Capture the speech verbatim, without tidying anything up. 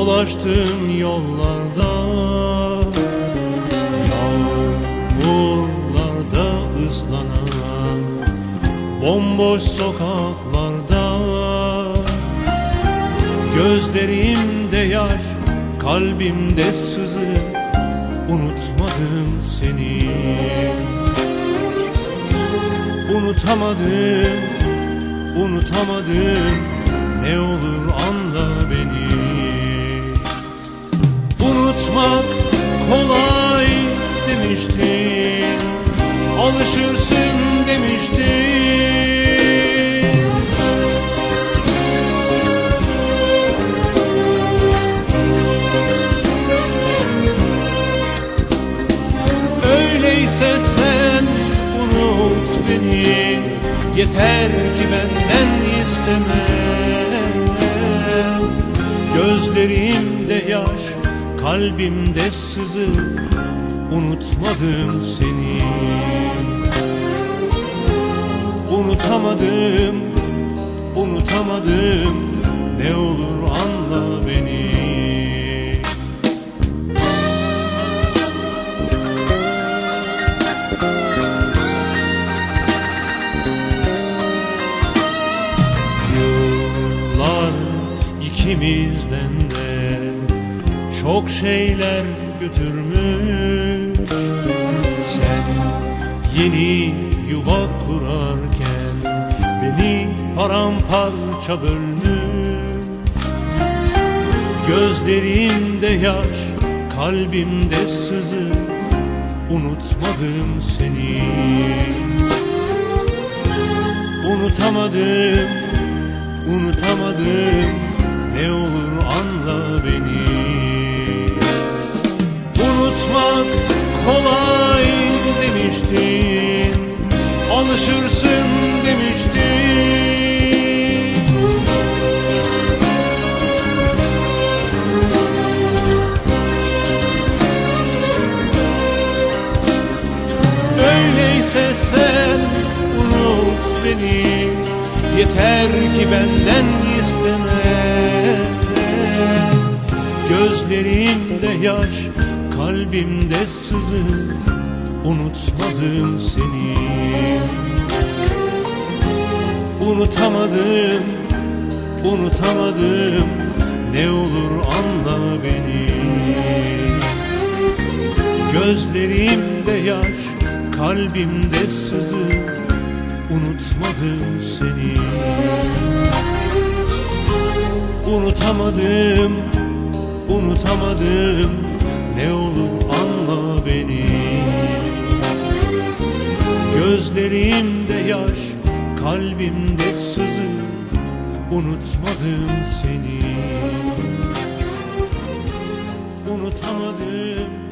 Dolaştığım yollarda, yağmurlarda ıslanan bomboş sokaklarda, gözlerimde yaş, kalbimde sızı, unutmadım seni. Unutamadım, unutamadım, ne olur anla beni. Unutmak kolay demiştin, alışırsın demiştin. Öyleyse sen unut beni, yeter ki benden isteme. Gözlerimde yaş, kalbimde sızı, unutmadım seni. Unutamadım, unutamadım, ne olur anla beni. Yıllar ikimizden de çok şeyler götürmüş. Sen yeni yuva kurarken beni paramparça bölmüş. Gözlerimde yaş, kalbimde sızı, unutmadım seni. Unutamadım, unutamadım, ne olur anla beni. Unutmak kolay demiştin, alışırsın demiştin. Öyleyse sen unut beni, yeter ki benden isteme. Gözlerimde yaş, kalbimde sızı, unutmadım seni. Unutamadım, unutamadım, ne olur anla beni. Gözlerimde yaş, kalbimde sızı, unutmadım seni. Unutamadım, unutamadım, ne olur anla beni. Gözlerimde yaş, kalbimde sızı, unutmadım seni. Unutamadım.